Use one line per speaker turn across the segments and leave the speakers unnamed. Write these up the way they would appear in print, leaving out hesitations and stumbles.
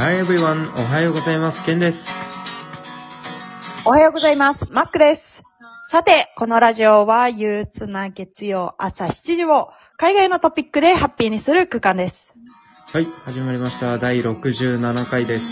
Hi everyone! おはようございます。ケンです。
おはようございます。マックです。さて、このラジオは憂鬱な月曜朝7時を海外のトピックでハッピーにする区間です。
はい、始まりました。第67回です。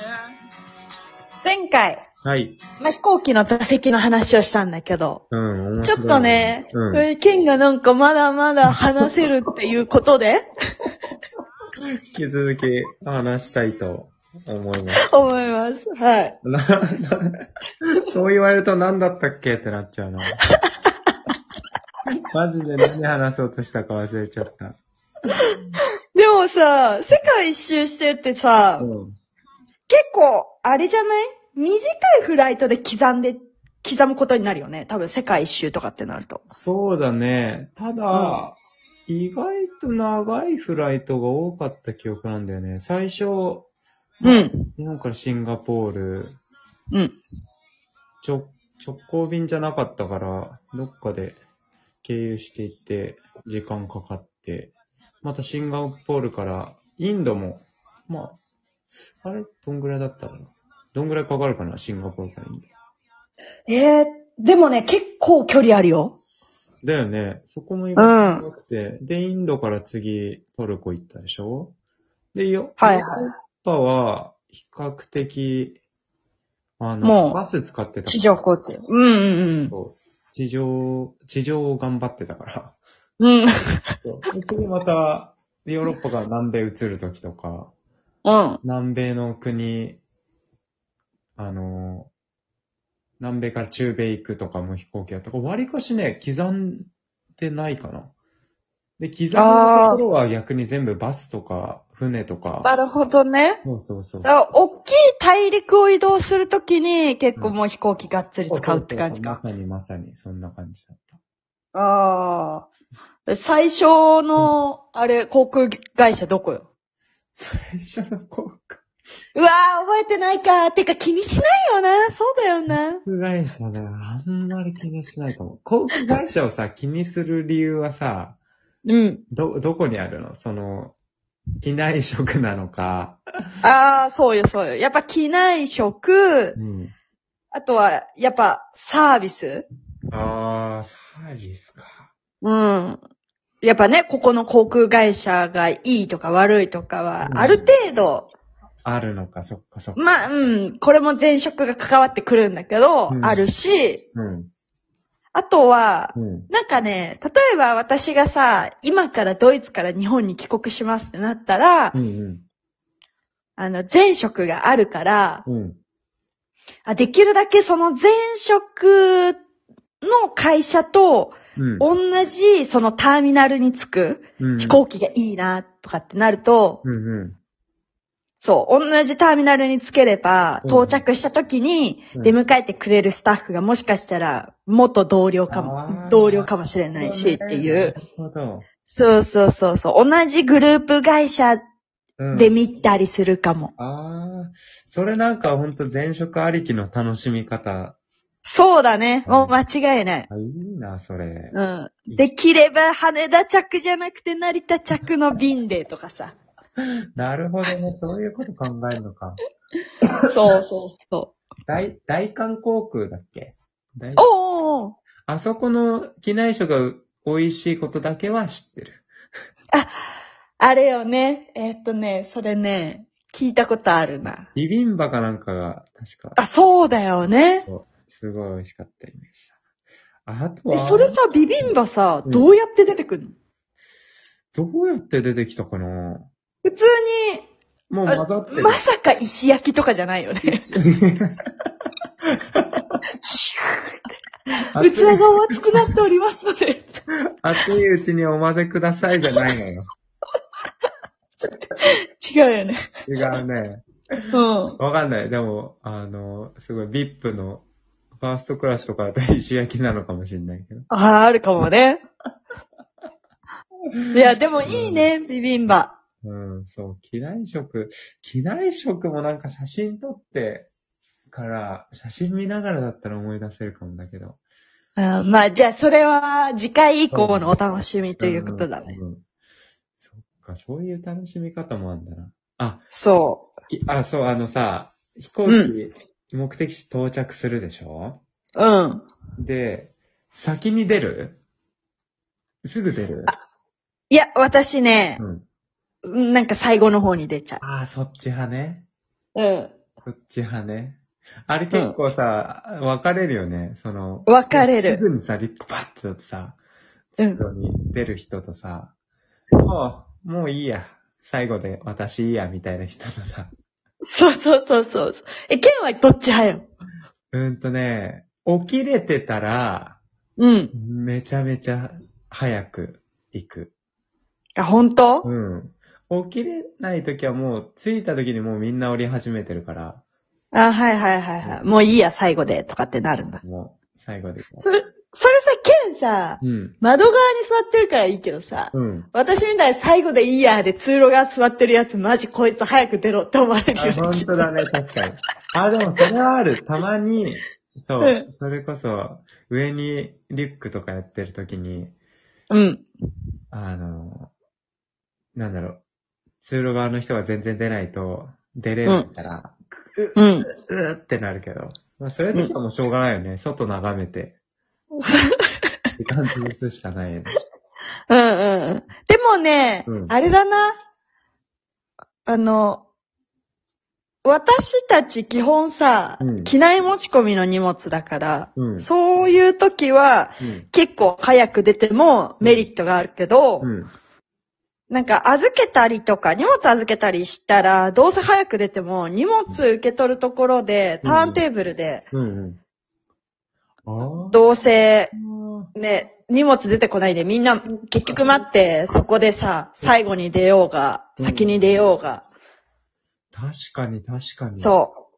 前回、
はい。
飛行機の座席の話をしたんだけど、
面白い。
ちょっとね、ケンがなんかまだまだ話せるっていうことで
引き続き話したいと思います。
思います。はい。
そう言われると何だったっけってなっちゃうな。マジで何話そうとしたか忘れちゃった。
でもさ、世界一周してってさ、結構、あれじゃない？短いフライトで刻むことになるよね。多分世界一周とかってなると。
そうだね。ただ、意外と長いフライトが多かった記憶なんだよね。最初、日本からシンガポール、直行便じゃなかったから、どっかで経由していって、時間かかって、またシンガポールからインドも、あれどんぐらいだったの？どんぐらいかかるかな、シンガポールからインド。
でもね、結構距離あるよ。
だよね。そこも意外と長くて、で、インドから次トルコ行ったでしょ？で、ヨーロッパは比較的、バス使ってた。
地上交通。
地上を頑張ってたから。次また、ヨーロッパから南米移るときとか、南米の国、南米から中米行くとかも飛行機やったから、割かしね、刻んでないかな。で、刻んだところは逆に全部バスとか船とか。
なるほどね。
そう。
大きい大陸を移動するときに結構もう飛行機がっつり使うって感じか。
まさに、そんな感じだった。
最初の、航空会社どこよ？
最初の航空。
うわー、覚えてないか。てか気にしないよな。そうだよな。
航空会社だよ。あんまり気にしないかも。航空会社をさ、気にする理由はさ、どこにあるの？機内食なのか。
そうよ。やっぱ機内食、あとは、やっぱサービス。
サービスか。
やっぱね、ここの航空会社がいいとか悪いとかは、ある程度、
あるのか、そっか。
これも前職が関わってくるんだけど、あるし、あとは、なんかね、例えば私がさ、今からドイツから日本に帰国しますってなったら、前職があるから、できるだけその前職の会社と、同じそのターミナルに着く飛行機がいいなとかってなると、同じターミナルに着ければ、到着した時に出迎えてくれるスタッフがもしかしたら元同僚かもしれないしっていう。そう。同じグループ会社で見たりするかも。
それなんかほんと前職ありきの楽しみ方。
そうだね。もう間違いない。
いいな、それ。
できれば羽田着じゃなくて成田着の便でとかさ。
なるほどね。そういうこと考えるのか。
そう。
大韓航空だっけ？あそこの機内食が美味しいことだけは知ってる。
あれよね。それね、聞いたことあるな。
ビビンバかなんかが確か。
そうだよね。
すごい美味しかったイメージだ。あとは。
それさ、ビビンバさ、どうやって出てくるの？
どうやって出てきたかな？
普通に、
もう混ざってる。
まさか石焼きとかじゃないよね。器が熱くなっておりますので。
熱いうちにお混ぜくださいじゃないのよ。
違うよね。
違うね。わかんない。でも、すごい VIP のファーストクラスとかだと石焼きなのかもしれないけど。
あるかもね。いや、でもいいね、ビビンバ。
そう、機内食もなんか写真撮ってから、写真見ながらだったら思い出せるかもだけど。
じゃあそれは次回以降のお楽しみということだね。
そっか、そういう楽しみ方もあるんだな。
そ
そう、飛行機、目的地到着するでしょ？
うん。
で、先に出る？すぐ出る？
いや、私ね、なんか最後の方に出ちゃ
そっち派ね。
う。うん。
そっち派ね。あれ結構さ、分かれるよね。
分かれる。
すぐにさ、リュックパッとさ、通路に出る人とさ、もういいや。最後で私いいや、みたいな人とさ。
そう。ケンはどっち派よ。
起きれてたら、めちゃめちゃ早く行く。
本当？
起きれない時はもう、着いた時にもうみんな降り始めてるから。
はい。もういいや、最後で、とかってなるんだ。
もう、最後で。
それさ、ケンさ、窓側に座ってるからいいけどさ、私みたいに最後でいいやで通路側座ってるやつ、マジこいつ早く出ろって思われるよね。
本当だね、確かに。でもそれはある。たまに、そう、それこそ、上にリュックとかやってる時に、なんだろう、通路側の人が全然出ないと、出れないから、うってなるけど。それとかもしょうがないよね。外眺めて。時間潰すしかないよね。
でもね、あれだな。私たち基本さ、機内持ち込みの荷物だから、そういう時は、結構早く出てもメリットがあるけど、なんか預けたりとか、荷物預けたりしたら、どうせ早く出ても、荷物受け取るところで、ターンテーブルで、どうせ、ね、荷物出てこないで、みんな結局待って、そこでさ、最後に出ようが、先に出ようが。
確かに。
そう。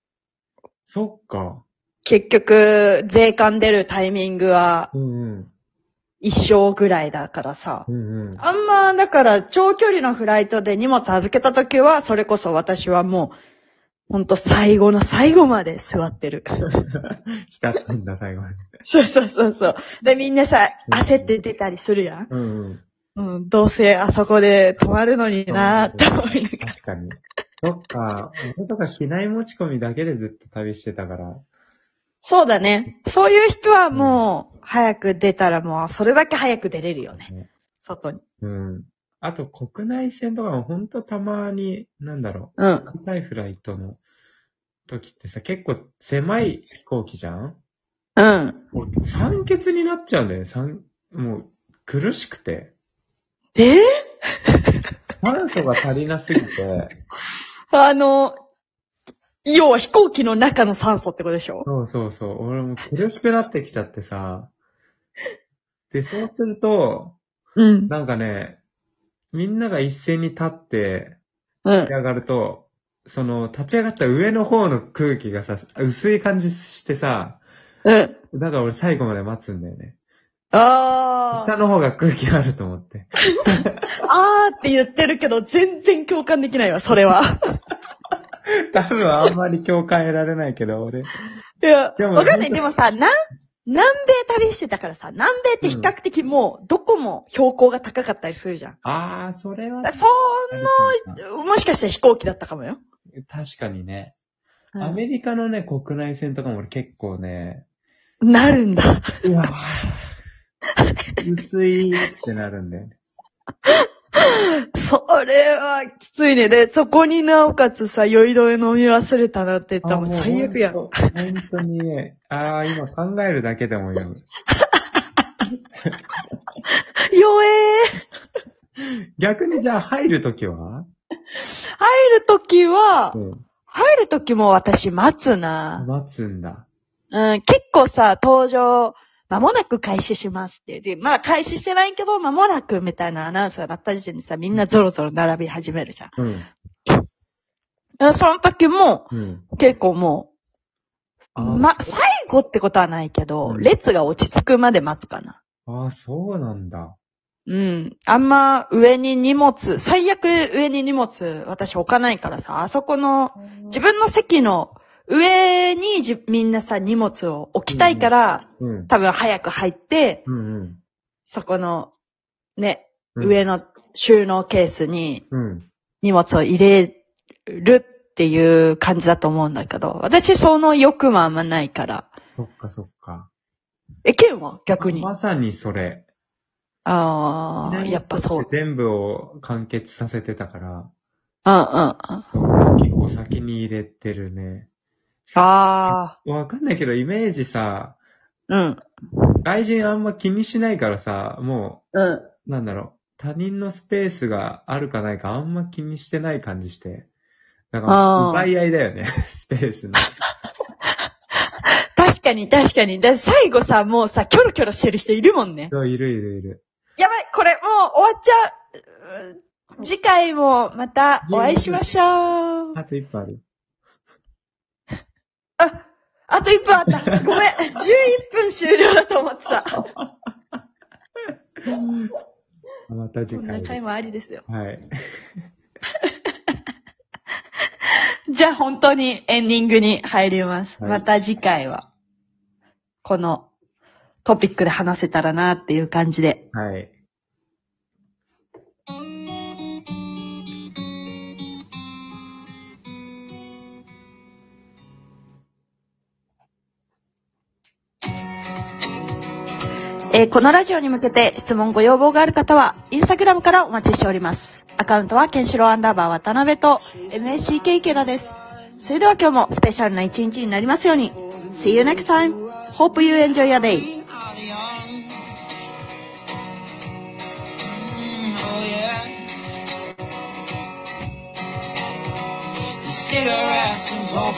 そっか。
結局、税関出るタイミングは、一生ぐらいだからさ。あんま、だから、長距離のフライトで荷物預けたときは、それこそ私はもう、ほんと最後の最後まで座ってる。
浸ってんだ、最後まで。
そう。で、みんなさ、焦って出たりするやん。どうせあそこで止まるのになーって思いながら。
確かに。そっか。俺とか機内持ち込みだけでずっと旅してたから。
そうだね。そういう人はもう、早く出たらもう、それだけ早く出れるよね。外に。
あと、国内線とかもほんとたまに、短いフライトの時ってさ、結構狭い飛行機じゃん？酸欠になっちゃうんだよね。もう、苦しくて。酸素が足りなすぎて。要は飛行機の中の酸素ってことでしょ？そう。俺も苦しくなってきちゃってさ。で、そうすると、なんかね、みんなが一斉に立って、立ち上がると、立ち上がった上の方の空気がさ、薄い感じしてさ、だから俺最後まで待つんだよね。下の方が空気あると思って。
って言ってるけど、全然共感できないわ、それは。
多分あんまり共感得られないけど、俺。
いや、わかんない。でもさ、南米旅してたからさ、南米って比較的もう、どこも標高が高かったりするじゃん。
それは。
もしかしたら飛行機だったかもよ。
確かにね。アメリカのね、国内線とかも俺結構ね。
なるんだ。
うわ薄いってなるんだよね。
それはきついね。で、そこになおかつさ、酔い止め飲み忘れたなって言ったらもう最悪やん。本
当にね、今考えるだけでも酔う。
弱
逆にじゃあ入るときは？
入るときも私待つな。
待つんだ。
結構さ、登場、間もなく開始しますって。で、まだ開始してないけど、間もなくみたいなアナウンスが鳴った時点でさ、みんなゾロゾロ並び始めるじゃん。その時も、結構もう、最後ってことはないけど、列が落ち着くまで待つかな。
そうなんだ。
あんま上に荷物、最悪上に荷物私置かないからさ、あそこの、自分の席の上にみんなさ、荷物を置きたいから、多分早く入って、そこの、ね、上の収納ケースに荷物を入れるっっていう感じだと思うんだけど、私その欲もあんまないから。
そっかそっか。
ケンは逆に。
まさにそれ。
ああ、やっぱそう。
全部を完結させてたから。
そう
結構先に入れてるね。
あ
あ。わかんないけど、イメージさ、
うん。
外人あんま気にしないからさ、も
うん。
なんだろう、他人のスペースがあるかないかあんま気にしてない感じして。だから、奪い合いだよね、スペースの。
確かに。だ最後さ、もうさ、キョロキョロしてる人いるもんね。
そう、いる。
やばい、これもう終わっちゃう。次回もまたお会いしましょう。
あと1分ある。
あと1分あった。ごめん、11分終了だと思ってた。
また次回。
こんな回もありですよ。
はい。
じゃあ本当にエンディングに入ります。
はい、
また次回は、このトピックで話せたらなっていう感じで。
はい。
このラジオに向けて質問ご要望がある方は、インスタグラムからお待ちしております。アカウントはケンシロウ_渡辺と MACK 池田です。それでは今日もスペシャルな一日になりますように。See you next time. Hope you enjoy your day. Cigarettes and